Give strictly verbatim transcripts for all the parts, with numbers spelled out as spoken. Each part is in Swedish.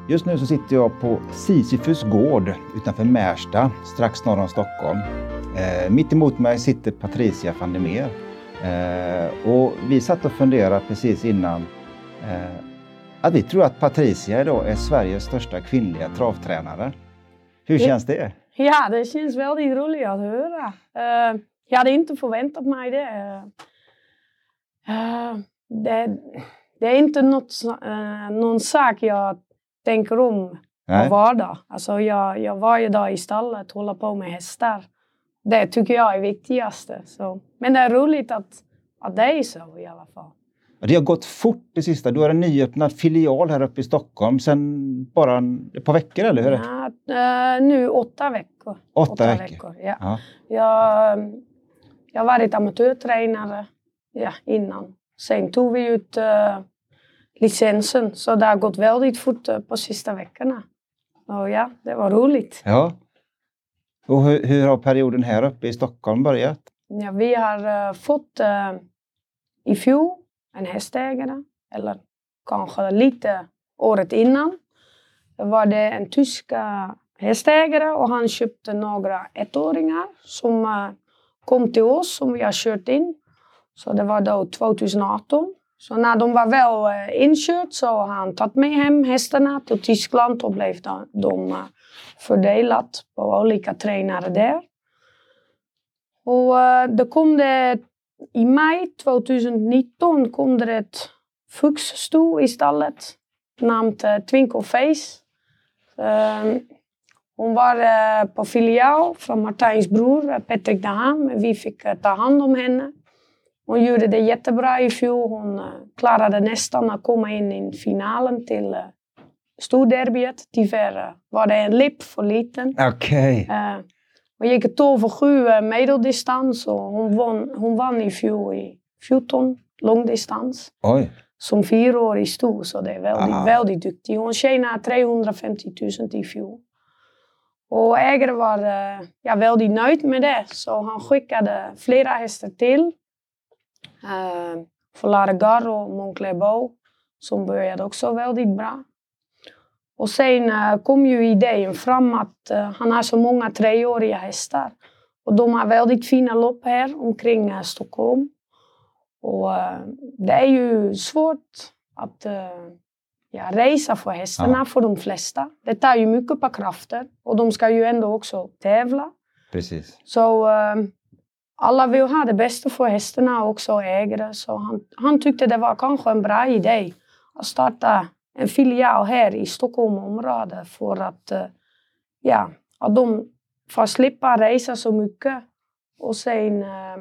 Just nu så sitter jag på Sisyfos gård utanför Märsta, strax norr om Stockholm. Eh, mitt emot mig sitter Patricia van der Meer. Eh, och vi satt och funderade precis innan eh, att vi tror att Patricia idag är Sveriges största kvinnliga travtränare. Hur känns det? Ja, det känns väldigt roligt att höra. Uh, jag hade inte förväntat mig det. Uh, det, det är inte något, uh, någon sak jag tänker om på vardag. Alltså jag, jag varje dag i stallet håller på med hästar. Det tycker jag är viktigaste. Så. Men det är roligt att, att det är så i alla fall. Det har gått fort det sista. Du har en nyöppnad filial här uppe i Stockholm sen bara ett par veckor, eller hur? Ja, uh, nu åtta veckor. Åtta, åtta veckor. veckor ja. Ja. Jag, jag har varit amatörtränare ja, innan. Sen tog vi ut uh, licensen. Så det har gått väldigt fort uh, på sista veckorna. Och ja, det var roligt. Ja. Och hur, hur har perioden här uppe i Stockholm börjat? Ja, vi har uh, fått uh, i fjol en hästägare. Eller kanske lite året innan. Då var det en tysk uh, hästägare och han köpte några ettåringar som uh, kom till oss som vi har kört in. Så det var då tjugoarton. Så när de var väl uh, inkört så har han tagit med hem hästarna till Tyskland och blev de, de uh, fördelat på olika tränare där. Och uh, då kom det i maj tjugonitton kom det ett fuxsto i stallet namnt uh, Twinkle Face. Uh, hon var uh, på filial från Martijns bror uh, Patrick de Haan, men vi fick uh, ta hand om henne. Hon gjorde det jättebra i fjol. Hon uh, klarade nästan att komma in i finalen till uh, storderbyet. Tyvärr uh, var det en lip för liten. Okej. Okay. Uh, hon gick ett tolv för sju uh, medeldistans och hon, vann, hon vann i fjol i fjorton långdistans. Oj. Som fyraårig sto, så det är väldigt, ah. väldigt duktig. Hon tjänade trehundrafemtio tusen i fjol. Och ägaren var uh, ja, väldigt nöjd med det. Så han skickade flera hästar till. Uh, Volare Garro och Moncler Beau. Som började också väldigt bra. Och sen uh, kom ju idén fram att uh, han har så många treåriga hästar. Och de har väldigt fina lopp här omkring uh, Stockholm. Och uh, det är ju svårt att uh, ja, resa för hästarna ja. För de flesta. Det tar ju mycket på krafter. Och de ska ju ändå också tävla. Precis. Så uh, alla vill ha det bästa för hästarna och också ägare. Så han, han tyckte det var kanske en bra idé att starta en filial här i Stockholmområdet. För att, uh, ja, att de får slippa resa så mycket. Och sen... Uh,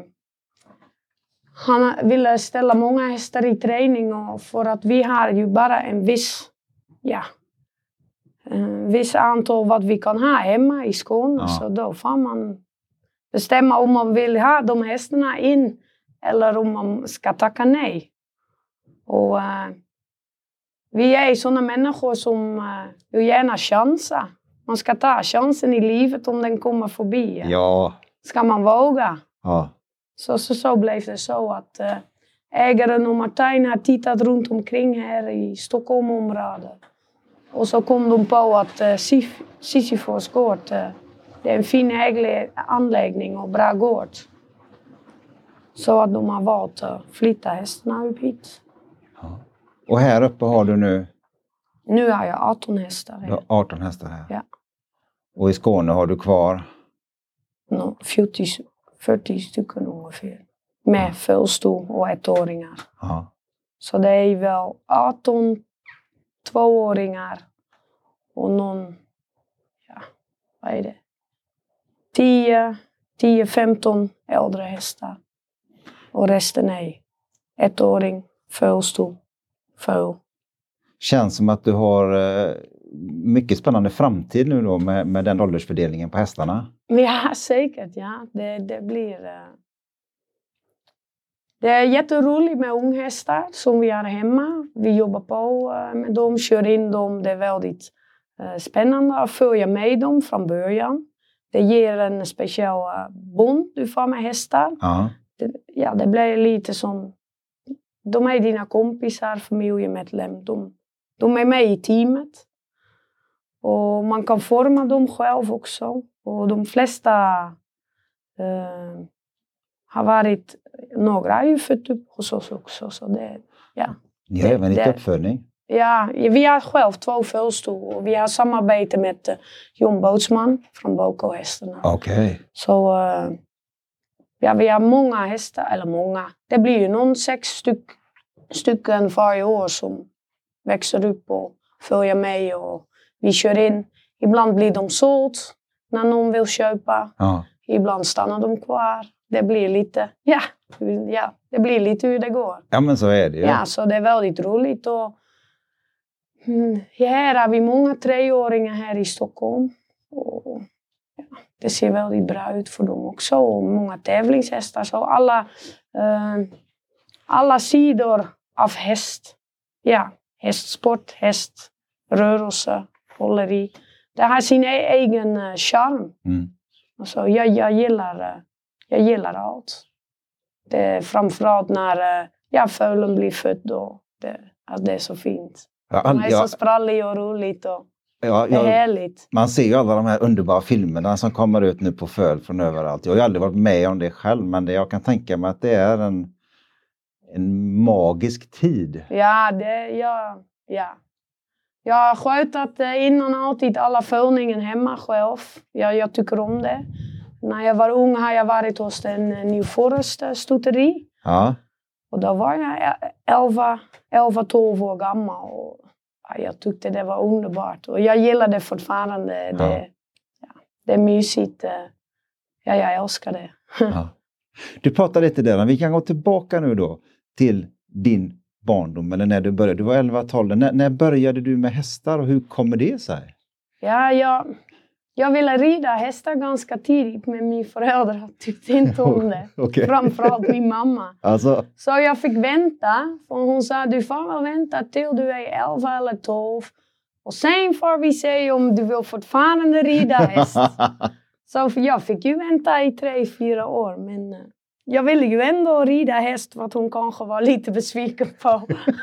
Han ville ställa många hästar i träning och för att vi har ju bara en viss, ja, en viss antal vad vi kan ha hemma i Skåne. Ja. Så då får man bestämma om man vill ha de hästarna in eller om man ska tacka nej. Och uh, vi är sådana människor som uh, vill gärna chansa. Man ska ta chansen i livet om den kommer förbi. Ja. Ska man våga. Ja. Så, så, så blev det så att uh, ägaren och Martijn har tittat runt omkring här i Stockholmområdet. Och så kom de på att uh, Sisyfos gård, uh, det är en fin äglig anläggning och bra gård. Så att de har valt att flytta hästarna upp hit. Ja. Och här uppe har du nu? Nu har jag arton hästar här. Du har arton hästar här? Ja. Och i Skåne har du kvar? No, fyrtio, fyrtio stycken ungefär. Med ja. Fullsto och ettåringar. Ja. Så det är väl arton tvååringar och någon, ja, vad är det? tio, tio femton äldre hästar. Och resten är ettåring, fullsto, full. Känns som att du har eh, mycket spännande framtid nu då med, med den åldersfördelningen på hästarna. Ja, säkert. Ja. Det, det blir... Uh... Det är jätteroligt med unghästar som vi har hemma. Vi jobbar på uh, med dem, kör in dem. Det är väldigt uh, spännande att följa med dem från början. Det ger en speciell uh, bond du får med hästar. Uh-huh. Det, ja, det blir lite som... De är dina kompisar, familjemedlem. De, de är med i teamet. Och man kan forma dem själv också. Och de flesta uh, har varit, några har ju fött upp hos oss också. Så det, ja. Ni har även lite uppfödning? Ja, vi har själv två födelsestoer. Vi har samarbete med uh, Jon Bootsman från Boko-hästarna. Okej. Okay. Så uh, ja, vi har många hästar, eller många. Det blir ju någon sex styck, stycken varje år som växer upp och följer med. Och vi kör in. Ibland blir de sålt när någon vill köpa. Ja. Ibland stannar de kvar. Det blir lite, ja, ja, det blir lite hur det går. Ja, men så är det ju. Ja, så det är väldigt roligt. Och, mm, här har vi många treåringar här i Stockholm. Och, ja, det ser väldigt bra ut för dem också. Och många tävlingshästar. Så alla, uh, alla sidor av häst. Ja, hästsport, häströrelse, hålleri. Det har sin e- egen uh, charm. Mm. Alltså, jag, jag, gillar, uh, jag gillar allt. Det är framförallt när uh, ja, fölen blir född och det, att det är så fint. Ja, all, det är ja, så spralligt och roligt och ja, det är ja, härligt. Man ser ju alla de här underbara filmerna som kommer ut nu på föl från överallt. Jag har ju aldrig varit med om det själv, men det, jag kan tänka mig att det är en, en magisk tid. Ja, det, ja, ja. Jag har skötat innan alltid alla fölningen hemma själv. Jag, jag tycker om det. När jag var ung har jag varit hos en New Forest stuteri. Ja. Och då var jag elva tolv år gammal. Och ja, jag tyckte det var underbart. Och jag gillar det fortfarande. Ja. Det, ja, det är mysigt. Ja, jag älskar det. Ja. Du pratade lite där. Vi kan gå tillbaka nu då till din barndom. Eller när du började. Du var elva tolv. När, när började du med hästar och hur kommer det sig? Ja, jag... Jag ville rida hästar ganska tidigt, men min föräldrar tyckte inte om det. Okay. Framförallt min mamma. Alltså. Så jag fick vänta. För hon sa, du får väl vänta till du är elva eller tolv. Och sen får vi se om du vill fortfarande rida häst. Så jag fick ju vänta i tre, fyra år. Men jag ville ju ändå rida häst, vad hon kanske var lite besviken på.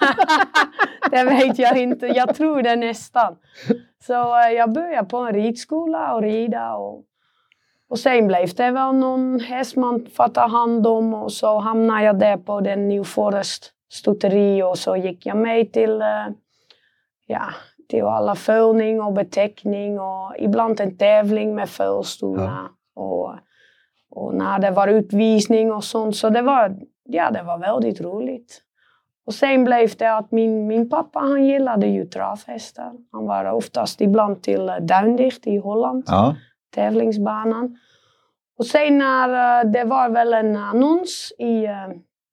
Det vet jag inte. Jag tror det nästan. Så uh, jag började på en ridskola och rida. Och, och sen blev det väl någon häst man får ta hand om. Och så hamnade jag där på den New Forest stuteri. Och så gick jag med till, uh, ja, till alla fölning och beteckning. Och ibland en tävling med fölstorna. Ja. Och, och när det var utvisning och sånt. Så det var, ja, det var väldigt roligt. Och sen blev det att min, min pappa, han gillade ju travhästar. Han var oftast ibland till uh, Duindigt i Holland, ja. Tävlingsbanan. Och sen när uh, det var väl en annons i, uh,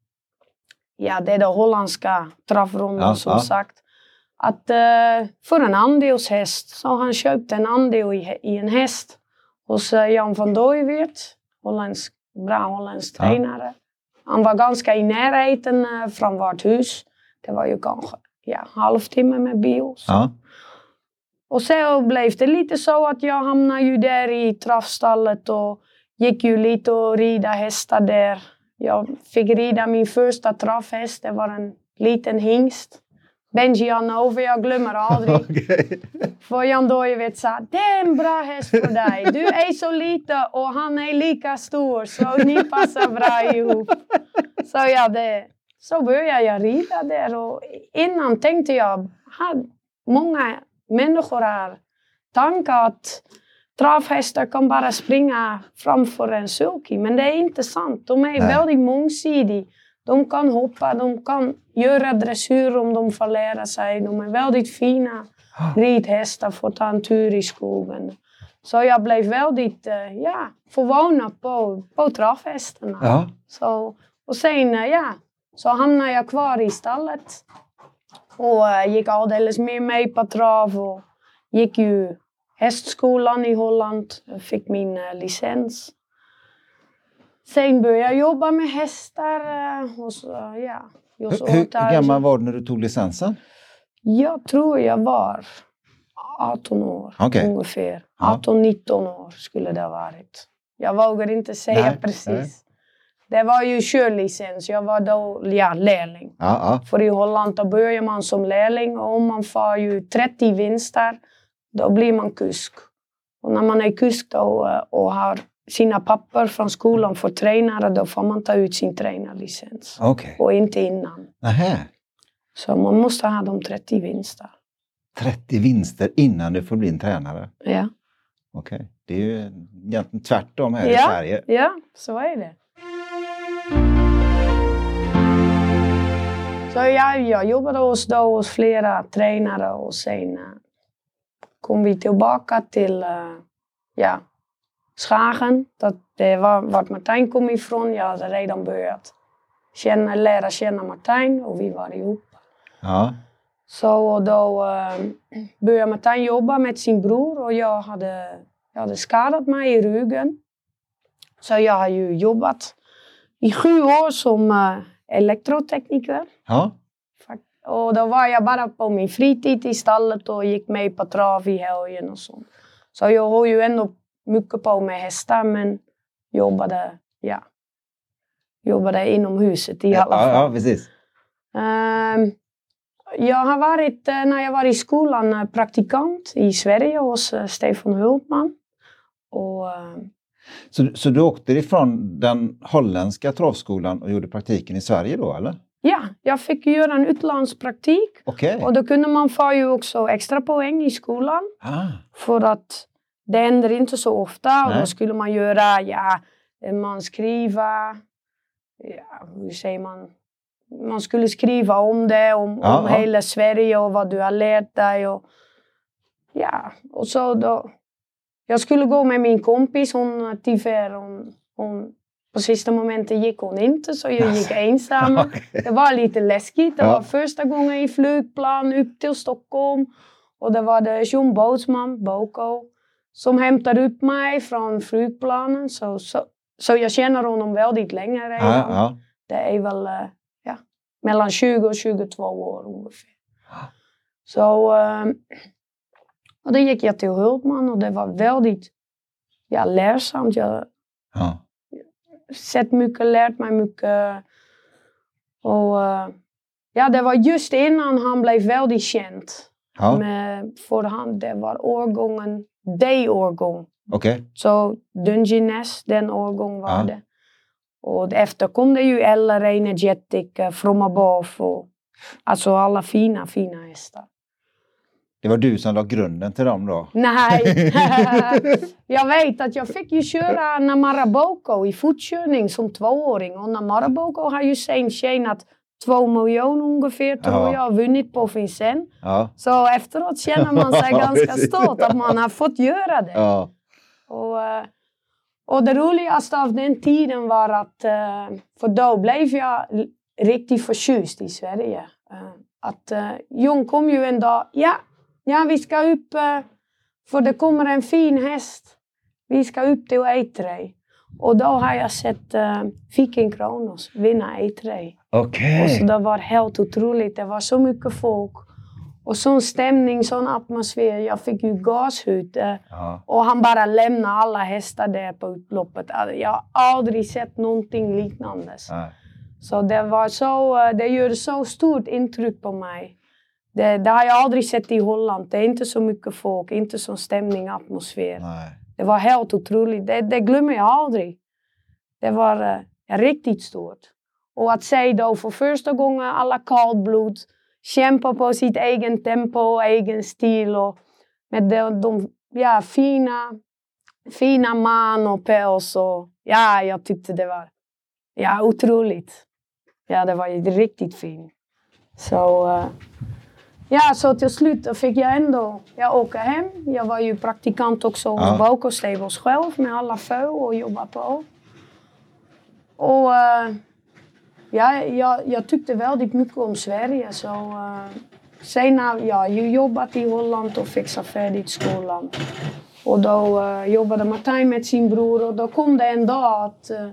ja det är det holländska travrondan ja, som ja. sagt. Att uh, för en andelshäst, så han köpte en andel i, i en häst hos uh, Jan van Dooyeweert, holländsk, bra holländsk tränare. Ja. Han var ganska i närheten uh, från vårt hus. Det var ju kanske ja, halvtimme med bil. Ja. Och så blev det lite så att jag hamnade ju där i travstallet och gick ju lite och rida hästar där. Jag fick rida min första travhäst. Det var en liten hingst. Benji Hannover, jag glömmer aldrig. Okay. För Jan Dooyeweert sa, det är en bra häst för dig. Du är så liten och han är lika stor. Så ni passar bra ihop. Så ja, det, så började jag rida där. Och innan tänkte jag, många människor har tankar att travhästar kan bara springa framför en sulky. Men det är inte sant. De är Nej. väldigt mångsidiga. De kan hoppa, de kan göra dressyr om de får lära sig. De är väldigt fina ridhästar för att ta en tur i skogen. Så jag blev väldigt ja, förvånad på, på travhästarna. Ja. Så, och sen ja, så hamnade jag kvar i stallet. Och uh, gick alldeles mer med på trav. Och gick ju hästskolan i Holland. Jag fick min uh, licens. Sen började jag jobba med hästar. Uh, hos, uh, ja, hos hur, hur gammal var du när du tog licensen? Jag tror jag var arton år okay. ungefär. arton nitton år skulle det ha varit. Jag vågar inte säga nej, precis. Nej. Det var ju körlicens. Jag var då ja, lärling. Ja, ja. För i Holland då börjar man som lärling. Och om man får ju trettio vinster. då blir man kusk. Och när man är kusk då, och har sina papper från skolan för tränare, då får man ta ut sin tränarlicens. Okay. Och inte innan. Aha. Så man måste ha de trettio vinster. trettio vinster innan du får bli en tränare? Ja. Okej, okay. Det är ju egentligen tvärtom här ja, i Sverige. Ja, så är det. Så jag, jag jobbade hos, då, hos flera tränare och sen uh, kom vi tillbaka till uh, ja, Schagen. Dat, det var vart Martijn kom ifrån. Jag hade redan börjat känna, lära känna Martijn och vi var ihop. Ja. Så då uh, började Martijn jobba med sin bror och jag hade, jag hade skadat mig i ryggen. Så jag har ju jobbat i sju år som uh, elektrotekniker. Ja. Och då var jag bara på min fritid i stallet och gick med på trav i helgen och sånt. Så jag har ju ändå mycket på med hästar men jobbade, ja, jobbade inom huset i alla fall. Ja, ja precis. Um, jag har varit, när jag var i skolan, praktikant i Sverige hos Stefan Hultman. Och, um, så, så du åkte ifrån den holländska travskolan och gjorde praktiken i Sverige då, eller? Ja, jag fick göra en utlandspraktik. Okay. Och då kunde man få ju också extra poäng i skolan. Ah. För att det händer inte så ofta. Och Nej. då skulle man göra, ja, man skriva, ja, hur säger man? Man skulle skriva om det, om, ja, om ja. hela Sverige och vad du har lärt dig. Och, ja, och så då. Jag skulle gå med min kompis, hon tyvärr, hon, hon på sista momentet gick hon inte, så jag gick ensam. Okay. Det var lite läskigt. Det ja. var första gången i flygplan upp till Stockholm. Och det var det John Bootsman, Boko, som hämtade upp mig från flygplanen. Så, så, så jag känner honom väldigt länge redan. Ja, ja. Det är väl ja, mellan tjugo och tjugotvå år ungefär. Ja. Så och då gick jag till Hultman och det var väldigt ja, lärsamt. Jag, ja. sett mycket, lärt mig mycket. Och uh, ja, det var just innan han blev väldigt känd. Ja. Med, för han, det var årgången, D-årgång. Okej. Okay. Så Dungeness, den årgång var ja. det. Och efter kom det ju Eller, Energetic, Fromma Boff och alltså alla fina, fina hästar. Det var du som la grunden till dem då? Nej, jag vet att jag fick ju köra Namara Boko i fotkörning som tvååring. Och Namara Boko har ju sen tjänat två miljoner ungefär, tror ja. jag, vunnit på Vincennes. Ja. Så efteråt känner man sig ganska stolt att man har fått göra det. Ja. Och, och det roligaste av den tiden var att, för då blev jag riktigt förtjust i Sverige. Att Jon kom ju en dag, ja. Ja, vi ska upp, för det kommer en fin häst. Vi ska upp till E tre. Och då har jag sett uh, Viking Kronos vinna E tre. Okej. Okay. Och så det var helt otroligt. Det var så mycket folk. Och sån stämning, sån atmosfär. Jag fick ju gashud. Uh, ja. Och han bara lämnade alla hästar där på upploppet. Jag har aldrig sett någonting liknande. Nej. Så det var så, uh, det gjorde så stort intryck på mig. Det, det har jag aldrig sett i Holland. Det är inte så mycket folk, inte sån stämning, atmosfär. Nej. Det var helt otroligt. Det, det glömmer jag aldrig. Det var uh, riktigt stort. Och att se då för första gången alla kallblod kämpa på sitt egen tempo, egen stil. Och med de, de ja, fina, fina man och päls. Och, ja, jag tyckte det var ja, otroligt. Ja, det var riktigt fint. Så... Uh, Ja, så till slut fick jag ändå jag åka hem. Jag var ju praktikant också hos ja. Boko Stables själv med alla fö och jobba på. Och uh, ja, jag, jag tyckte väldigt mycket om Sverige. Så uh, senare, ja, jag jobbat i Holland och fixade färdigt skolan. Och då uh, jobbade Martijn med sin bror och då kom det en dag att uh,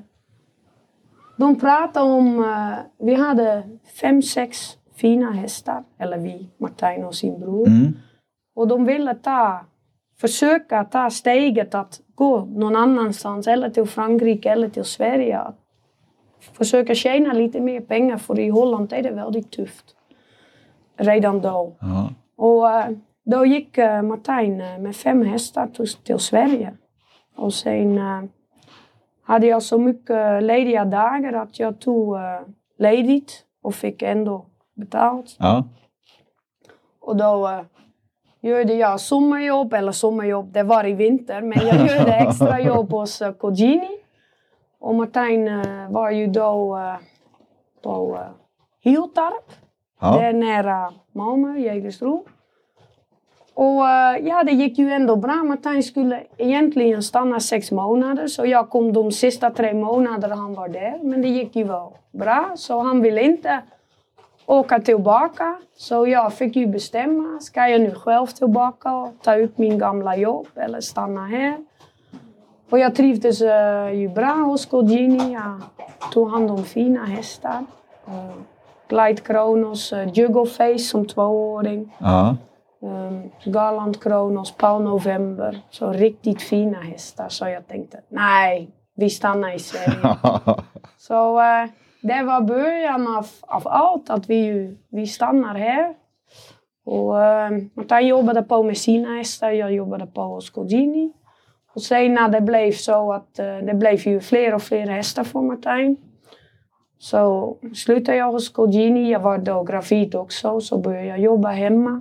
de pratade om, uh, vi hade fem, sex fina hästar, eller vi, Martijn och sin bror. Mm. Och de ville ta, försöka ta steget att gå någon annanstans, eller till Frankrike eller till Sverige. Att försöka tjäna lite mer pengar, för i Holland är det väldigt tufft. Redan då. Ja. Och uh, Då gick uh, Martijn uh, med fem hästar till, till Sverige. Och sen uh, hade jag så mycket lediga dagar att jag tog uh, ledigt och fick ändå betalt. Ja. Och då uh, gjorde jag sommarjobb, eller sommarjobb, det var i vinter, men jag gjorde extra jobb hos uh, Cogini. Och Martijn uh, var ju då uh, på uh, Hyltarp, Ja. där nära Malmö, Jägersro. Och uh, ja, det gick ju ändå bra. Martijn skulle egentligen stanna sex månader. Så jag kom de sista tre månaderna han var där. Men det gick ju väl bra. Så han ville inte åka tillbaka. Så jag fick ju bestämma. Ska jag nu själv tillbaka och ta upp min gamla jobb eller stanna här? Och jag trivdes uh, ju bra hos Cogini. Jag tog hand om fina hästar. Uh, Glide Kronos, uh, Juggle Face som tvååring. Ja. Um, Garland Kronos, Paul November. Så riktigt fina hästar. Så jag tänkte, nej, vi stannar i Sverige. Så uh, det var början av, av allt, att vi, vi stannar här. Och uh, Martijn jobbade på med sina hästar, jag jobbade på hos Cogini. Och sen när det blev så att uh, det blev ju fler och fler hästar för Martijn. Så slutade jag hos Cogini, jag var då gravid också, så började jag jobba hemma.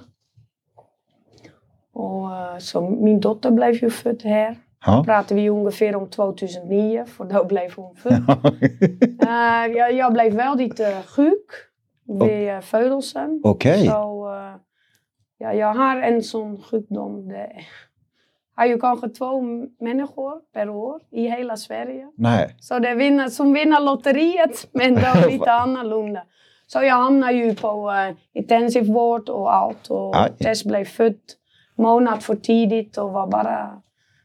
Och uh, så min dotter blev ju född här. Ja. Pratar vi ungefär om tweeduizendnio, för då blev hon född. uh, jag, jag blev väldigt uh, sjuk vid uh, födelsen. Okej. Okay. Så uh, ja, jag har en sån sjukdom. Det har ju kanske två människor per år i hela Sverige. Nej. Så det är vinner, som vinner lotteriet, men då lite annorlunda. Så jag hamnar ju på uh, intensivvård och allt. Och Aj. Tess blev född månad för tidigt och var bara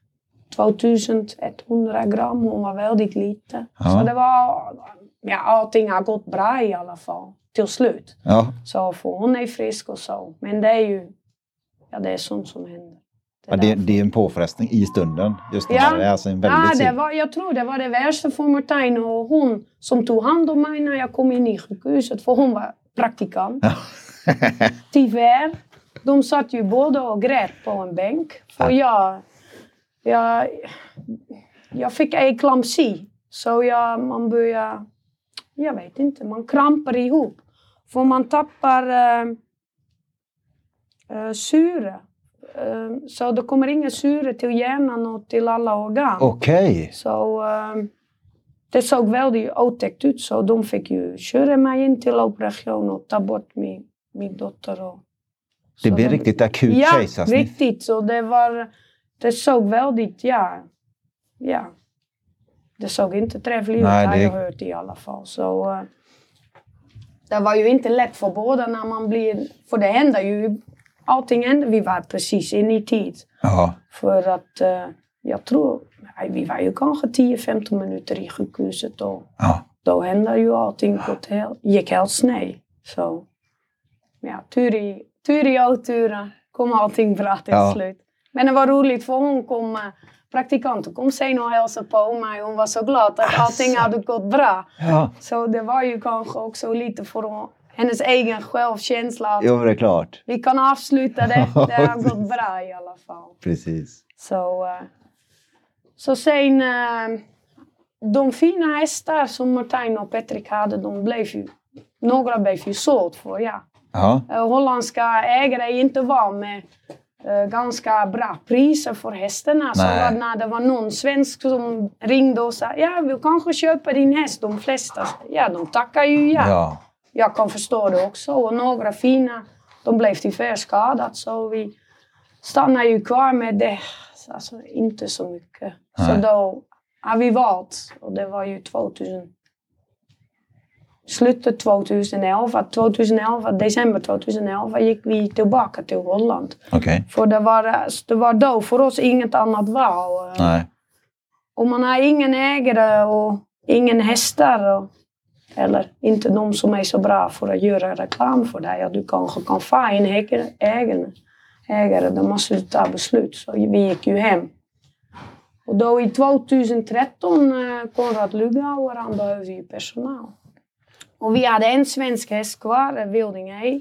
tvåtusenetthundra gram. Hon var väldigt lite. Ja. Så det var, ja, allting har gått bra i alla fall. Till slut. Ja. Så för hon är frisk och så. Men det är ju, ja, det är sånt som händer. Det, ja, det, det är en påfrestning i stunden. Just ja. det är alltså en väldigt ja, det var, jag tror det var det värsta för Martijn och hon som tog hand om mig när jag kom in i sjukhuset. För hon var praktikant. Tyvärr. De satt ju både och grät på en bänk. För jag, jag, jag fick eklampsi. Så jag, man börjar, jag vet inte, man krampar ihop. För man tappar uh, uh, syre. Uh, så det kommer ingen syre till hjärnan och till alla organ. Okej. Okay. Så uh, det såg väldigt otäckt ut. Så de fick ju köra mig in till operation och ta bort min, min dotter. Och, det blev riktigt akut ja, kejsarsnitt. Ja, riktigt. Så det var, det såg väldigt, ja, ja. Det såg inte trevligt ut, har det... jag hört i alla fall. Så uh, det var ju inte lätt för båda när man blir, för det händer ju, allting hände, vi var precis in i tid. Aha. För att, uh, jag tror, vi var ju kanske tio femton minuter i sjukhuset och ja. Då hände ju allting på ett helt, gick helt snett. Så, ja, tur i Tur i oturen kom allting bra till ja. Slut. Men det var roligt för hon kom, praktikanten kom sen och hälsade på mig. Hon var så glad att allting hade gått bra. Ja. Så det var ju kanske också lite för hennes egen självkänsla. Jo, det är klart. Vi kan avsluta det. Det har gått bra i alla fall. Precis. Så, uh, så sen, uh, de fina hästar som Martijn och Patrick hade, de blev ju, några blev ju sålt för, ja. Ja. Uh, holländska ägare är inte van med uh, ganska bra priser för hästarna. Så att när det var någon svensk som ringde och sa, ja, vi kanske köpa din häst, de flesta. Ja, de tackar ju ja. ja. Jag kan förstå det också. Och några fina, de blev tyvärr skadade. Så vi stannade ju kvar med det. Alltså inte så mycket. Nej. Så då har vi valt. Och det var ju tvåtusen. Slutet tjugoelva, tjugoelva, december tjugoelva gick vi tillbaka till Holland. Okay. För det var, det var då för oss inget annat val. Nej. Och man har ingen ägare och ingen hästar. Och, eller inte de som är så bra för att göra reklam för dig. Ja, du kanske kan få en ägare, ägare, ägare, då måste du ta beslut. Så vi gick ju hem. Och då i tjugotretton Konrad Lugauer, han behövde ju personal. Och vi hade en svensk häst kvar, Wilding Ey.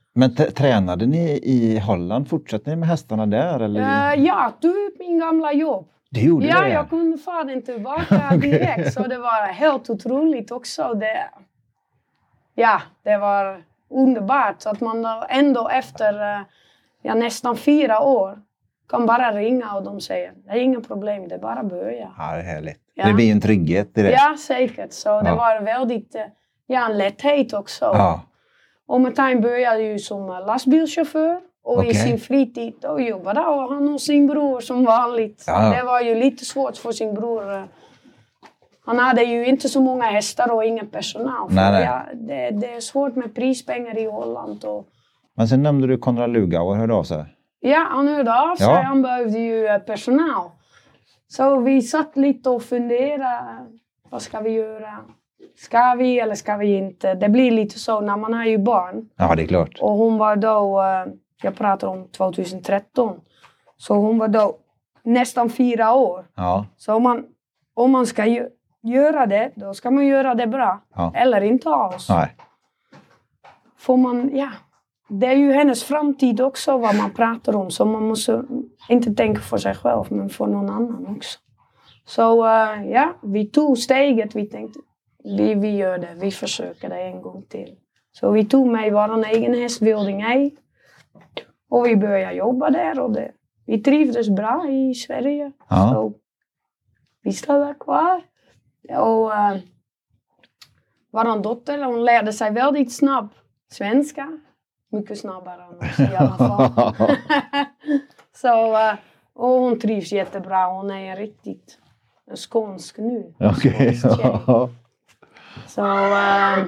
Men t- tränade ni i Holland? Fortsatte ni med hästarna där? Eller? Uh, ja, typ min gamla jobb. Det gjorde ja, det? jag kunde fan inte tillbaka direkt. Okay. Så det var helt otroligt också. Det, ja, det var underbart. Så att man ändå efter uh, ja, nästan fyra år kan bara ringa och de säger det är inga problem, det är bara börja. Ja, det är härligt. Ja. Det blir en trygghet direkt. Ja, säkert. Så ja. Det var väldigt, ja, en lätthet också. Ja. Och Martijn började ju som lastbilschaufför. Och okay. I sin fritid då jobbade han och sin bror som vanligt. Ja. Det var ju lite svårt för sin bror. Han hade ju inte så många hästar och ingen personal. För nej, nej. Ja, det, det är svårt med prispengar i Holland. Och... Men sen nämnde du Konrad Lugauer, hörde av sig? Ja, han hörde av sig. Ja. Han behövde ju personal. Så vi satt lite och funderade. Vad ska vi göra? Ska vi eller ska vi inte? Det blir lite så när man har ju barn. Ja, det är klart. Och hon var då, jag pratar om tjugohundratretton. Så hon var då nästan fyra år. Ja. Så om man, om man ska ju, göra det, då ska man göra det bra. Ja. Eller inte alls. Nej. Får man, ja. Det är ju hennes framtid också vad man pratar om. Så man måste inte tänka för sig själv, men för någon annan också. Så uh, ja, vi tog steget. Vi tänkte, vi, vi gör det. Vi försöker det en gång till. Så vi tog med vår egen häst, Wilding Ey. Och vi började jobba där. Och det, vi trivdes bra i Sverige. Ja. Så vi stod kvar. Och uh, vår dotter, hon lärde sig väldigt snabbt svenska. Mycket snabbare än oss i alla fall. Så, uh, och hon trivs jättebra. Hon är riktigt en skånsk nu. Okej. Okay. Så, uh,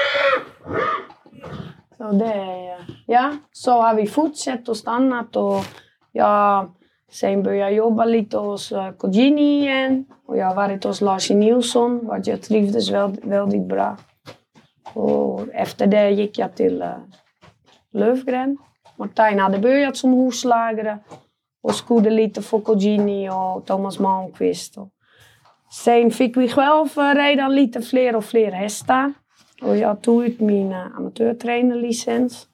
så det är, ja. Så har vi fortsatt och stannat. Och jag sen började jag jobba lite hos uh, Cogini igen. Och jag har varit hos Lars Nilsson. Vart jag trivdes väldigt, väldigt bra. Och efter det gick jag till... Uh, Löfgren. Martijn hade börjat som hovslagare och skodde lite för Cogini och Thomas Malmqvist. Och sen fick vi själv redan lite fler och fler hästar. Och jag tog ut min amatörtränarlicens.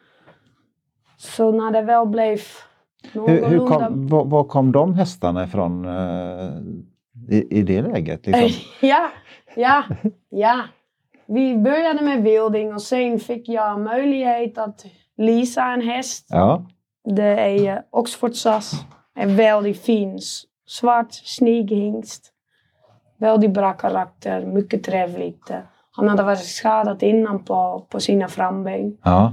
Så när det väl blev någorlunda... Hur, hur kom, var, var kom de hästarna ifrån uh, i, i det läget? Liksom? ja, ja, ja. Vi började med Wilding och sen fick jag möjlighet att leasa en häst. Ja. Det är Oxford Sass. En väldigt fin, svart, snygg hingst. Väldigt bra karaktär, mycket trevligt. Han hade varit skadad innan på, på sina framben. Ja.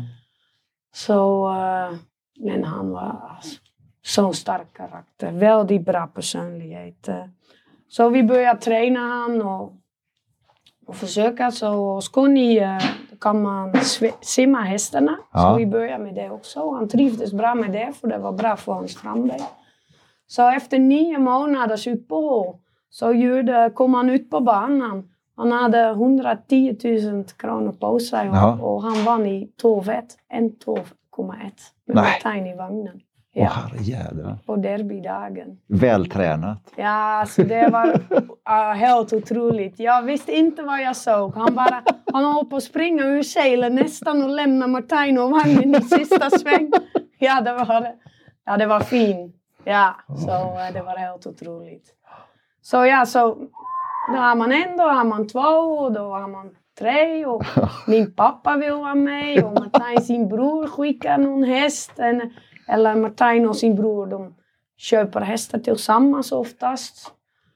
Så, uh, men han var så stark karaktär. Väldigt bra personlighet. Så vi började träna han och Och försöka så Skåne uh, kan man simma hästarna. Ja. Så vi började med det också. Han trivdes bra med det för det var bra för hans framben. Så efter nio månaders uppehåll så gjorde, kom han ut på banan. Han hade hundratio tusen kronor på sig och, ja. och han vann i tolv ett. En tolv komma ett med Martijn i vagnen. Ja. Åh, herrejädrar. På derbydagen. Vältränat. Ja, så det var uh, helt otroligt. Jag visste inte vad jag såg. Han bara, han höll på att springa ur selen nästan och lämna Martijn och vagnen i sista sväng. Ja, det var, ja, det var fint. Ja, så uh, det var helt otroligt. Så ja, så då har man en, då har man två och då har man tre och min pappa vill vara med och Martijn sin bror skickar någon häst. En, Eller Martijn och sin bror, de köper hästar tillsammans oftast.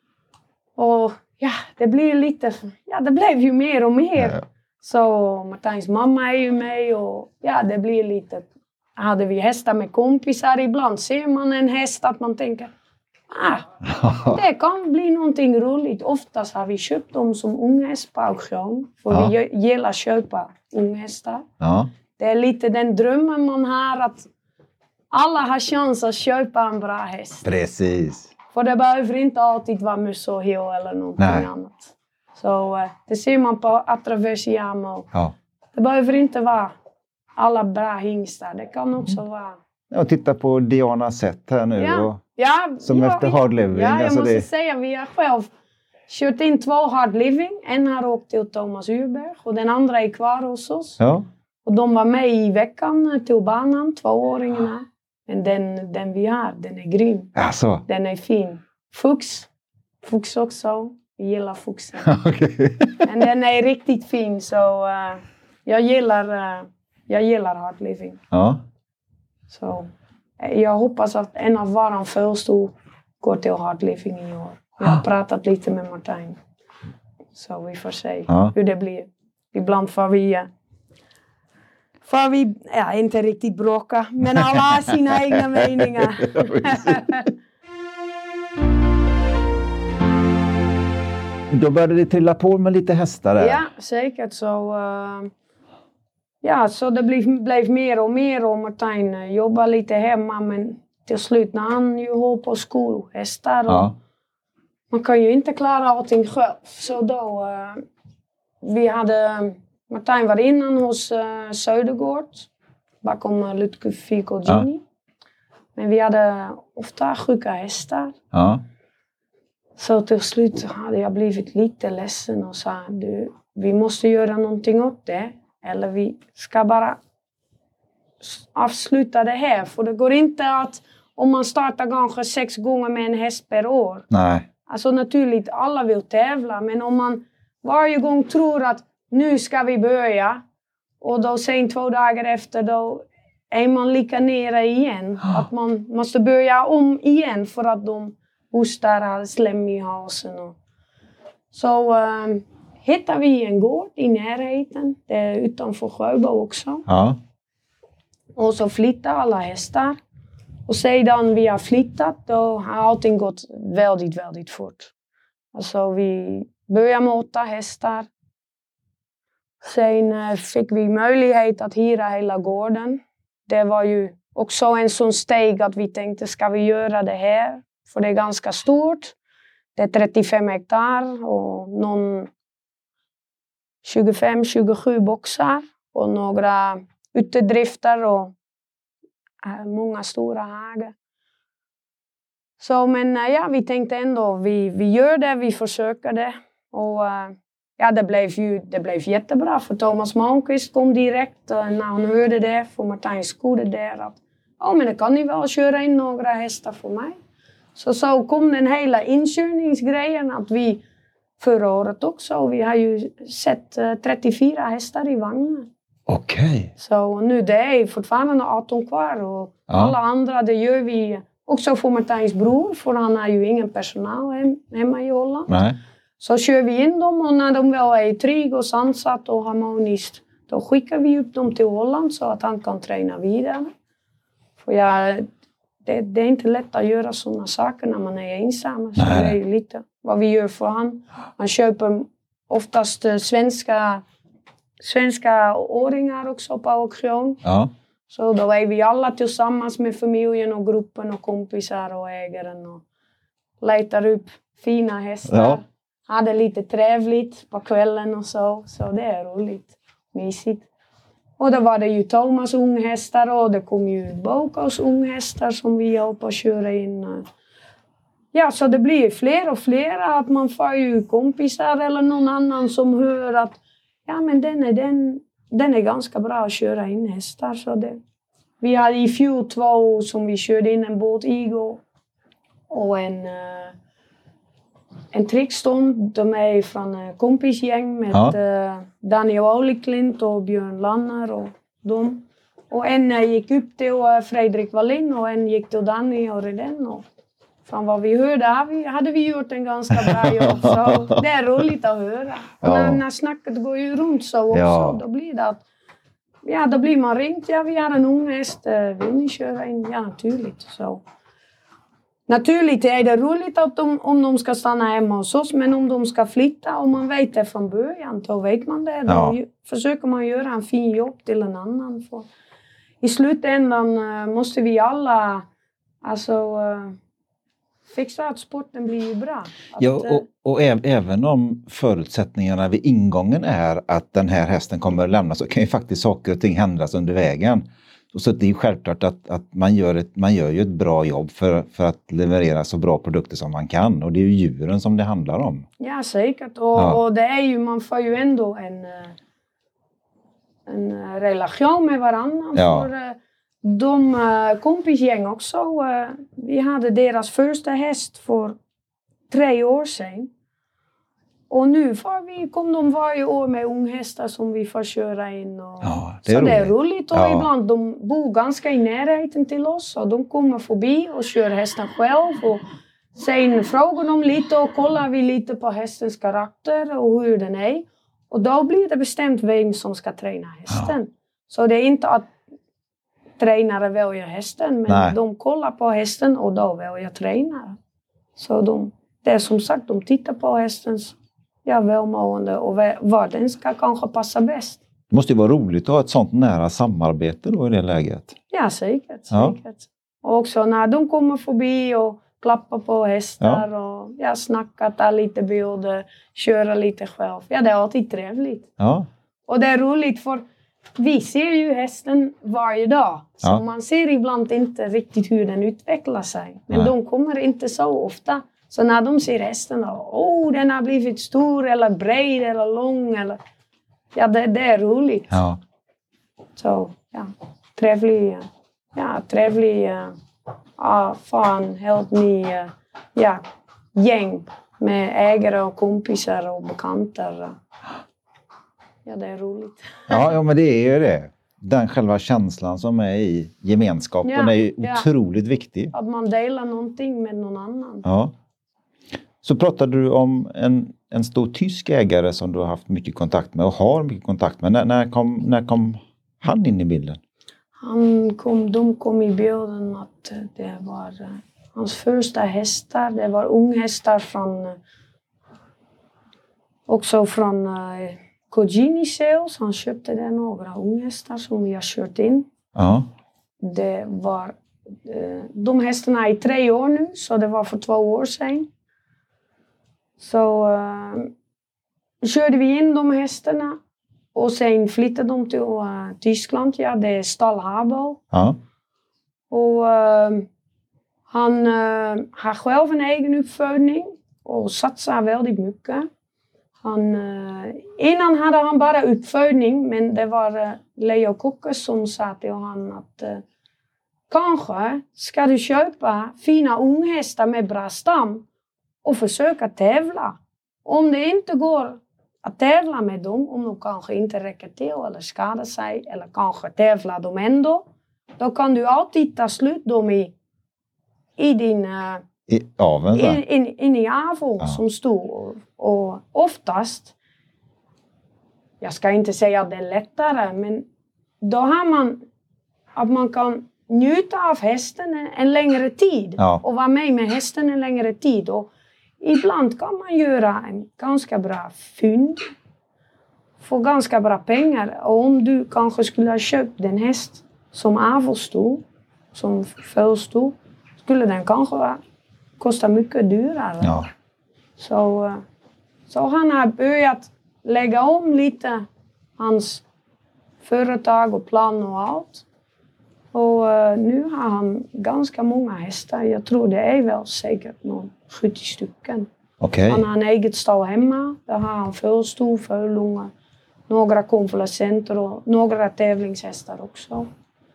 Och ja, det blir lite, ja det blev ju mer och mer. Ja. Så Martijns mamma är ju med och ja det blir lite, hade vi hästar med kompisar ibland ser man en häst att man tänker, ah, det kan bli någonting roligt. Oftast har vi köpt dem som unghäst på auktion. För ja. vi gillar att köpa unghästar. Ja. Det är lite den drömmen man har att alla har chans att köpa en bra häst. Precis. För det behöver inte alltid vara Musso Hill eller någonting Nej. annat. Så det ser man på Atraversiamo. Ja. Det behöver inte vara alla bra hingstar. Det kan också mm. vara... Ja, titta på Diana Sett här nu. Ja. Och, ja, som ja, efter hard living. Ja, jag alltså måste det... säga vi har själv kört in två hard living. En har åkt till Thomas Urberg och den andra är kvar hos oss. Ja. Och de var med i veckan till banan, tvååringarna. Men den, den vi har, den är grym. Alltså. Den är fin. Fux. Fux också. Jag gillar fuxen. Okay. Men den är riktigt fin. Så uh, jag gillar, uh, jag gillar hard living. Ja. Så jag hoppas att en av våran födelsedag går till hard living i år. Jag har pratat lite med Martin. Så vi får se ja. hur det blir. Ibland får vi... Uh, För vi, ja, inte riktigt bråka, men alla har sina egna meningar. Då började det trilla på med lite hästar där. Ja, säkert. Så, uh, ja, så det blev, blev mer och mer och Martin jobbade lite hemma, men till slut när han ju höll på skolhästar. Ja. Man kan ju inte klara allting själv. Så då, uh, vi hade... Martin var innan hos uh, Södergård, bakom uh, Lutke Fico Gini. Ja. Men vi hade ofta sjuka hästar. Ja. Så till slut hade jag blivit lite ledsen och sa, du, vi måste göra någonting åt det. Eller vi ska bara avsluta det här. För det går inte att, om man startar kanske sex gånger med en häst per år. Nej. Alltså naturligt, alla vill tävla. Men om man varje gång tror att nu ska vi börja. Och då sen två dagar efter då är man lika nere igen. Oh. Att man måste börja om igen för att de hostar, har slem i halsen. Och. Så um, hittade vi en gård i närheten. Det är utanför Sjöbo också. Oh. Och så flyttade alla hästar. Och sedan vi har flyttat då har allting gått väldigt, väldigt fort. Alltså vi började med åtta hästar. Sen uh, fick vi möjlighet att hyra hela gården. Det var ju också en sån steg att vi tänkte, ska vi göra det här? För det är ganska stort. Det är trettiofem hektar och någon tjugofem tjugosju boxar. Och några utedrifter och uh, många stora hagar. Så men uh, ja, vi tänkte ändå, vi, vi gör det, vi försöker det. Och... Uh, Ja, det blev ju det blev jättebra för Thomas Malmqvist kom direkt uh, när han hörde det för Martin Skode där att ja, men det kan ni väl köra in några hästar för mig. Så så kom den hela inkörningsgrejen att vi förra året också, vi har ju sett uh, trettiofyra hästar i vagnen. Okej. Okay. Så nu det är fortfarande arton kvar och ja. Alla andra det gör vi också för Martins bror för han har ju ingen personal hem, hemma i Holland. Nej. Så kör vi in dem och när de väl är trygga och sansat och harmoniskt då skickar vi upp dem till Holland så att han kan träna vidare. För ja, det, det är inte lätt att göra sådana saker när man är ensam. Så det är ju lite vad vi gör för han. Man köper oftast svenska, svenska åringar också på auktion. Ja. Så då är vi alla tillsammans med familjen och gruppen och kompisar och ägaren och letar upp fina hästar. Ja. Hade lite trevligt på kvällen och så. Så det är roligt. Mysigt. Och då var det ju Thomas unghästar och det kom ju Bokos unghästar som vi höll på att köra in. Ja, så det blir fler och fler. Att man får ju kompisar eller någon annan som hör att ja, men den är, den, den är ganska bra att köra in hästar. Så det. Vi hade i fjol två som vi körde in en båt Igo och en... En trickstånd, de är från kompisgäng med ja. uh, Daniel Oliklint och Björn Lannar och dem. Och en uh, gick upp till uh, Fredrik Wallin och en gick till Danny och Reden. Och från vad vi hörde hade vi, hade vi gjort en ganska bra jobb. Så det är roligt att höra. Ja. När, när snacket går ju runt så också, ja. Då blir det att ja, då blir man ringt. Ja, vi har en ung häst, uh, vill ni köra in? Ja, naturligt. Så. Naturligt är det roligt att de, om de ska stanna hemma hos oss, men om de ska flytta och man vet det från början, då vet man det. Då ja. Försöker man göra en fin jobb till en annan. För i slutändan uh, måste vi alla alltså, uh, fixa att sporten blir bra. Att, ja, och, och äv, även om förutsättningarna vid ingången är att den här hästen kommer att lämna så kan ju faktiskt saker och ting händas under vägen. Så det är ju självklart att, att man, gör ett, man gör ju ett bra jobb för, för att leverera så bra produkter som man kan. Och det är ju djuren som det handlar om. Ja, säkert. Och, ja. och det är ju, man får ju ändå en... en uh, relation med varandra. Ja. För uh, de uh, kompisgäng också. Uh, vi hade deras första häst för tre år sedan. Och nu får vi, kom de varje år med unghästar som vi får köra in. Och, Ja, det är så roligt. det är roligt. Och Ja. ibland de bor ganska i närheten till oss. Och de kommer förbi och kör hästen själv. Och sen frågar de lite och kollar vi lite på hästens karaktär och hur den är. Och då blir det bestämt vem som ska träna hästen. Ja. Så det är inte att tränare väljer hästen. Men Nej. De kollar på hästen och då väljer tränare. Så de, det är som sagt, de tittar på hästens ja, välmående och vad den ska kanske passa bäst. Det måste ju vara roligt att ha ett sånt nära samarbete då i det läget. Ja, säkert. säkert. Ja. Och också när de kommer förbi och klappar på hästar ja. Och ja, snackar, tar lite bilder, köra lite själv. Ja, det är alltid trevligt. Ja. Och det är roligt för vi ser ju hästen varje dag. Så ja. Man ser ibland inte riktigt hur den utvecklar sig. Men Nej. De kommer inte så ofta. Så när de ser hästen då, oh, den har blivit stor eller bred eller lång. Eller, ja, det, det är roligt. Ja. Så, ja, trevlig, ja, trevlig, ja, fan, helt ny, ja, gäng med ägare och kompisar och bekanta. Ja, det är roligt. Ja, ja, men det är ju det. Den själva känslan som är i gemenskapen ja, är ju ja. Otroligt viktig. Att man delar någonting med någon annan. Ja. Så pratade du om en, en stor tysk ägare som du har haft mycket kontakt med och har mycket kontakt med. När, när, kom, när kom han in i bilden? Han kom, de kom i bilden att det var uh, hans första hästar. Det var unghästar från, uh, också från uh, Cogini Sales. Han köpte där några unghästar som vi har kört in. Ja. Det var, uh, de hästarna är tre år nu, så det var för två år sedan. Så uh, körde vi in de hästarna och sen flyttade de till uh, Tyskland. Ja, det är Stall Habo. Ja. Och uh, han uh, har själv en egen uppfödning och satsar väldigt mycket. Han, uh, innan hade han bara uppfödning, men det var uh, Leo Kokke som sa till honom att uh, kanske ska du köpa fina unghästar med bra stam och försöka tävla. Om det inte går att tävla med dem, om de kanske inte räcker till eller skadar sig, eller kanske tävla dem ändå, då kan du alltid ta slut dem i, i din uh, I aveln, in, in, in i avel ja. Som stor. Och, och oftast, jag ska inte säga att det är lättare, men då har man att man kan njuta av hästen en, en längre tid ja. Och vara med med hästen en längre tid. Och ibland kan man göra en ganska bra fynd. Få ganska bra pengar. Och om du kanske skulle ha köpt en häst som avelssto, som följsto, skulle den kanske kosta mycket dyrare. Ja. Så, så han har börjat lägga om lite hans företag och plan och allt. Och uh, nu har han ganska många hästar. Jag tror det är väl säkert någon sjuttio stycken. Okay. Han har en eget stall hemma. Där har han följstor, följungar, några konvalescenter och några tävlingshästar också.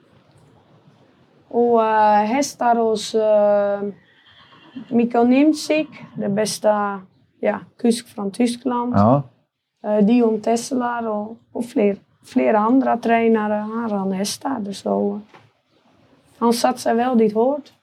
Och uh, hästar hos uh, Mikko Nimczyk, det bästa ja, kusk från Tyskland. Ja. Uh, Dion Tesla och, och fler, flera andra tränare har han hästar. Så han satsar väldigt hårt.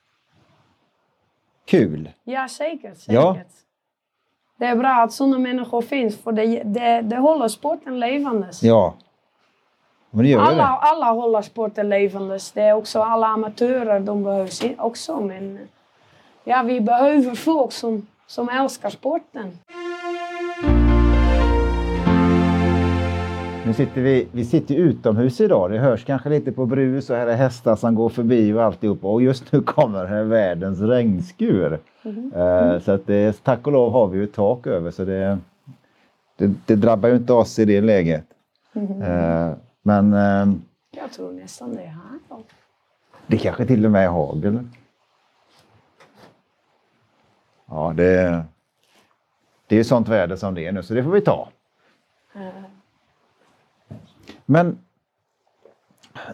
Kul. Ja, säkert. säkert. Ja. Det är bra att sådana människor finns, för det, det, det håller sporten levandes. Ja. Men det gör alla, det. alla håller sporten levandes. Det är också alla amatörer, de behövs också. Men ja, vi behöver folk som, som älskar sporten. Nu sitter vi, vi sitter utomhus idag. Det hörs kanske lite på brus och här är hästar som går förbi och alltihopa. Och just nu kommer här världens regnskur. Mm. Uh, så att det, tack och lov har vi ju ett tak över. Så det, det, det drabbar ju inte oss i det läget. Mm. Uh, men... Uh, jag tror nästan det är här då. Det kanske till och med är hagel. Ja, det, det är ju sånt väder som det är nu. Så det får vi ta. Mm. Men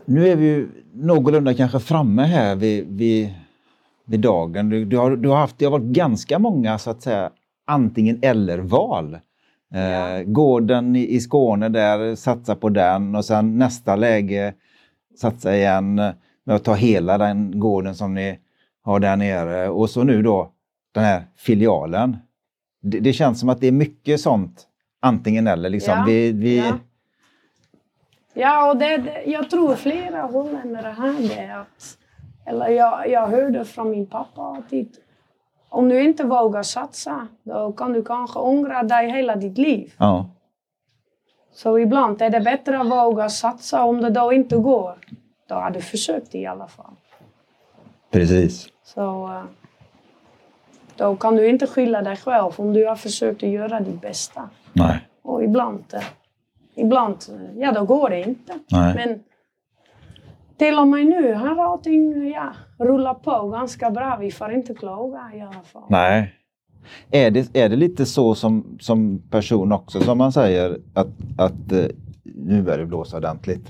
Nu är vi ju någorlunda kanske framme här vid, vid, vid dagen. Du, du, har, du har haft, det har varit ganska många så att säga antingen eller val. Ja. Eh, gården i, i Skåne där, satsa på den och sen nästa läge satsa igen med att ta hela den gården som ni har där nere. Och så nu då den här filialen. Det, det känns som att det är mycket sånt antingen eller liksom. Ja, vi, vi... ja. ja och det, det, jag tror flera holländare här det att, eller jag, jag hörde från min pappa alltid, om du inte vågar satsa, då kan du kanske ångra dig hela ditt liv. Ja. Så ibland är det bättre att våga satsa. Om det då inte går, då har du försökt i alla fall. Precis. Så då kan du inte skylla dig själv om du har försökt att göra ditt bästa. Nej. Och ibland, ibland ja då går det inte. Nej. Men till och med nu har allting ja, rullat på ganska bra. Vi får inte klaga i alla fall. Nej. Är det, är det lite så som, som person också som man säger att, att nu börjar det blåsa ordentligt.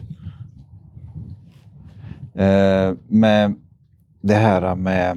Eh, med det här med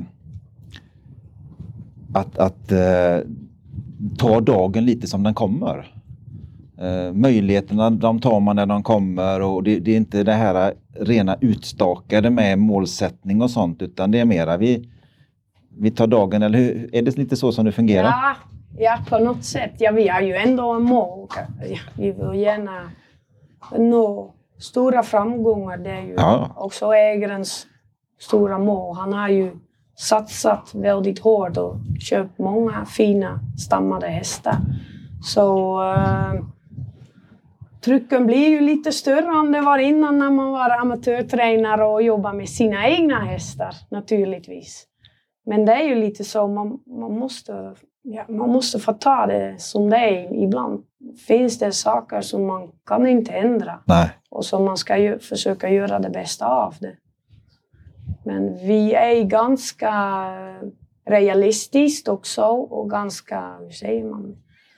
att, att eh, ta dagen lite som den kommer. Eh, möjligheterna de tar man när de kommer och det, det är inte det här rena utstakade med målsättning och sånt utan det är mera vi, vi tar dagen, eller hur? Är det lite så som det fungerar? Ja, ja på något sätt. Ja, vi har ju ändå en mål. Ja, vi vill gärna nå stora framgångar. Det är ju ja. också ägarens stora mål. Han har ju satsat väldigt hårt och köpt många fina stammade hästar. Så uh, trycken blir ju lite större än det var innan när man var amatörtränare och jobbade med sina egna hästar naturligtvis. Men det är ju lite så, man, man, måste, ja, man måste få ta det som det är. Ibland finns det saker som man kan inte ändra. Nej. Och som man ska ju, försöka göra det bästa av det. Men vi är ganska realistiskt också och ganska, hur säger man,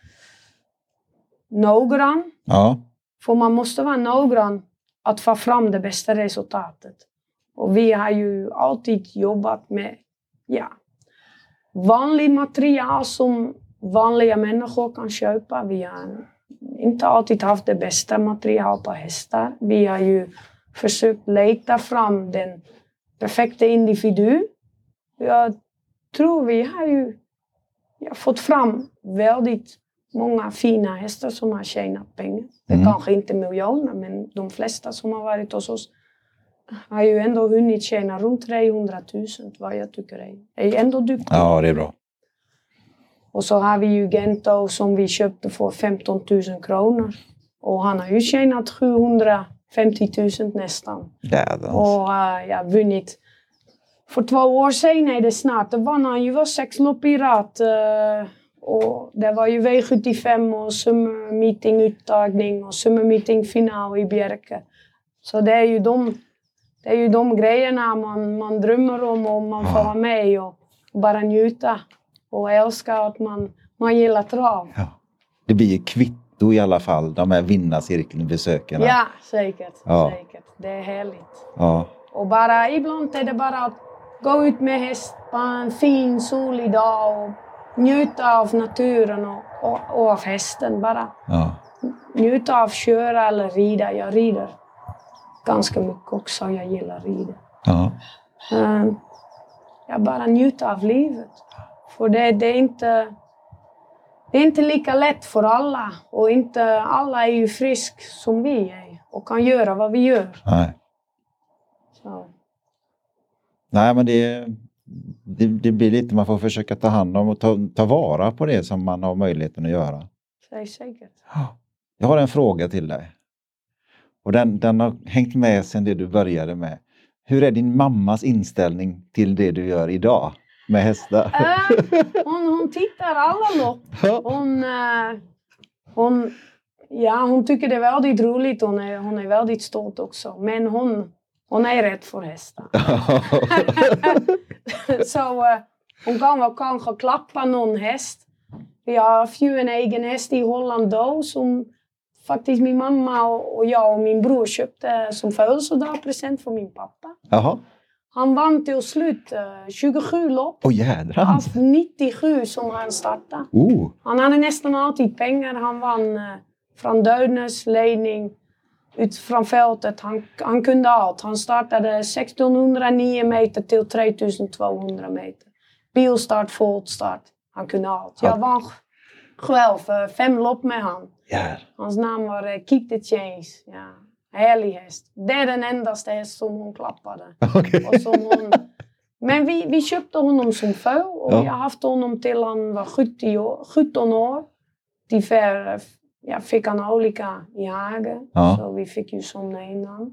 noggrann. Ja. För man måste vara noggrann att få fram det bästa resultatet. Och vi har ju alltid jobbat med ja, vanlig material som vanliga människor kan köpa. Vi har inte alltid haft det bästa material på hästar. Vi har ju försökt leta fram den perfekta individu. Jag tror vi har ju ja, fått fram väldigt många fina hästar som har tjänat pengar. Det Mm. kanske inte miljoner, men de flesta som har varit hos oss har ju ändå hunnit tjäna runt trehundratusen, vad jag tycker är, är ändå duktigt. Ja, det är bra. Och så har vi ju Gento som vi köpte för femton tusen kronor. Och han har ju tjänat sjuhundrafemtio tusen nästan. Jävlar. Och uh, jag vunnit. För två år sedan är det snart. Då vann han ju var sex lopp i rad. Uh, och det var ju V sjuttiofem och Summer Meeting uttagning och Summer Meeting final i Bjerke. Så det är ju de, det är ju de grejerna man, man drömmer om och man får vara med och bara njuta. Och älskar att man, man gillar trav. Ja. Det blir ju kvitto i alla fall, de här vinnarcirkeln besökarna. Ja, säkert, ja. säkert. Det är härligt. Ja. Och bara, ibland är det bara att gå ut med häst på en fin solig dag och njuta av naturen och, och, och av hästen. Bara Ja. njuta av köra eller rida. Jag rider ganska mycket också. Jag gillar rida. Ja. Uh, jag bara njuta av livet. För det, det, är inte, det är inte lika lätt för alla. Och inte alla är ju frisk som vi är. Och kan göra vad vi gör. Nej. Så. Nej, men det, det, det blir lite, man får försöka ta hand om och ta, ta vara på det som man har möjligheten att göra. Det är säkert. Jag har en fråga till dig. Och den, den har hängt med sedan det du började med. Hur är din mammas inställning till det du gör idag med hästar? Äh, hon, hon tittar alla lopp. Hon, äh, hon, ja, hon tycker det är väldigt roligt. Hon är, hon är väldigt stolt också. Men hon, hon är rädd för hästar. Så äh, hon kan väl kanske klappa någon häst. Vi har ju en egen häst i Holland då som faktiskt min mamma och, och jag och min bror köpte som födelsedagspresent för min pappa. Jaha. Han vann till slut uh, tjugosju lopp. Åh jädrans. Av nittiosju som han startade. Oh. Han hade nästan alltid pengar. Han vann uh, från dödnäsledning ut från fältet. Han, han kunde allt. Han startade sextonhundranio meter till tretusentvåhundra meter. Bilstart, voltstart. Han kunde allt. Jag vann själv uh, fem lopp med han. Yeah. Hans namn var uh, Keep the Change. Ja. Härlig häst. Det är den endaste häst som hon klappade. Okay. Och som hon... Men vi, vi köpte honom som föl och ja. vi har haft honom till han var sjuttio år, sjutton år. Tyvärr ja, fick han olika i hagen. Ja. Så vi fick ju somna innan.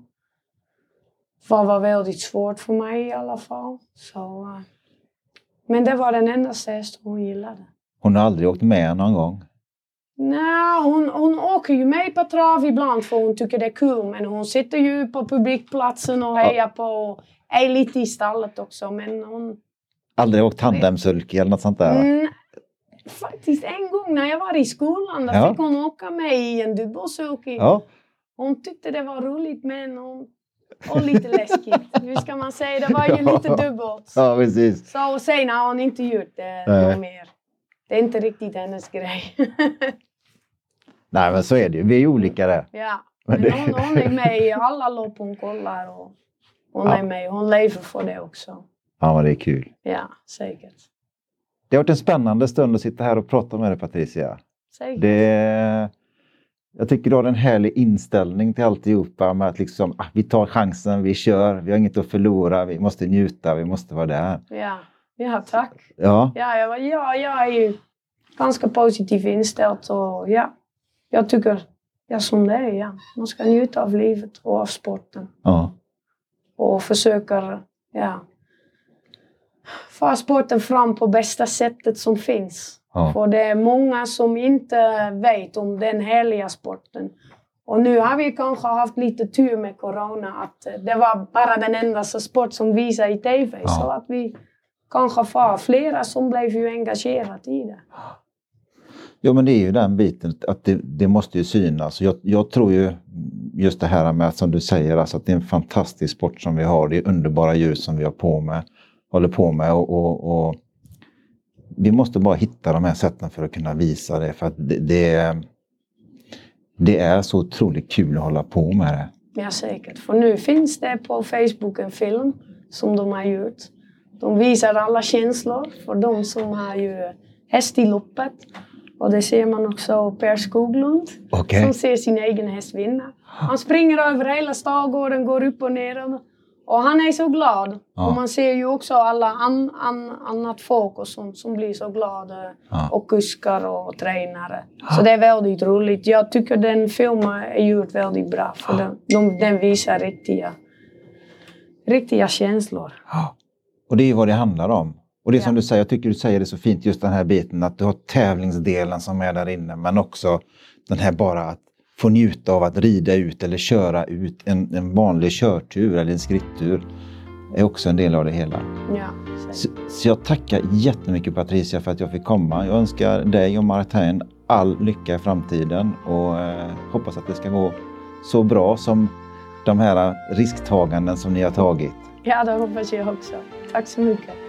Det var väldigt svårt för mig i alla fall. Så, uh... Men det var den endaste häst hon gillade. Hon har aldrig åkt med någon gång? Nej, hon, hon åker ju med på trav ibland för hon tycker det är kul. Men hon sitter ju på publikplatsen och hejar ja. på och är lite i stallet också. Men hon... Aldrig åkt tandemsulky eller något sånt där? Mm, faktiskt en gång när jag var i skolan, då ja. fick hon åka med i en dubbelsulky. Ja. Hon tyckte det var roligt men hon... Och lite läskigt. Hur ska man säga? Det var ju lite dubbelt. Ja, precis. Så sen har hon inte gjort det mer. Det är inte riktigt hennes grej. Nej, men så är det ju. Vi är olika där. Ja, men hon, hon är med i alla lopp hon kollar. Och hon ja. är med. Hon lever för det också. Ja, men det är kul. Ja, säkert. Det har varit en spännande stund att sitta här och prata med dig, Patricia. Säkert. Det, jag tycker du har en härlig inställning till alltihopa. Med att liksom, ah, vi tar chansen, vi kör. Vi har inget att förlora. Vi måste njuta, vi måste vara där. Ja. Ja, tack. Ja. Ja, jag, ja, jag är ju ganska positivt inställd och ja, jag tycker, ja som det är, ja. Man ska njuta av livet och av sporten. Ja. Och försöka, ja, föra sporten fram på bästa sättet som finns. Ja. För det är många som inte vet om den härliga sporten. Och nu har vi kanske haft lite tur med corona att det var bara den enda sport som visar i tv. Ja. Så att vi kanske får flera som blev ju engagerade i det. Ja, men det är ju den biten att det, det måste ju synas. Jag, jag tror ju just det här med att, som du säger, alltså att det är en fantastisk sport som vi har. Det är underbara djur som vi har på med, håller på med och, och, och vi måste bara hitta de här sätten för att kunna visa det. För att det, det, det är så otroligt kul att hålla på med det. Ja, säkert. För nu finns det på Facebook en film som de har gjort. De visar alla känslor för de som har ju häst i loppet. Och det ser man också Per Skoglund. Okay. Som ser sin egen häst vinna. Han springer över hela stallgården, går upp och ner. Och han är så glad. Ja. Och man ser ju också alla an, an, annat folk och som, som blir så glada. Ja. Och kuskar och tränare. Ja. Så det är väldigt roligt. Jag tycker den filmen är gjort väldigt bra. För ja. den, de, den visar riktiga, riktiga känslor. Ja. Och det är vad det handlar om. Och det är som ja. du säger, jag tycker du säger det så fint, just den här biten att du har tävlingsdelen som är där inne. Men också den här bara att få njuta av att rida ut eller köra ut en, en vanlig körtur eller en skrittur. Är också en del av det hela. Ja, så, så jag tackar jättemycket Patricia för att jag fick komma. Jag önskar dig och Martin all lycka i framtiden. Och eh, hoppas att det ska gå så bra som de här risktaganden som ni har tagit. Ja, det hoppas jag också. Tack så mycket.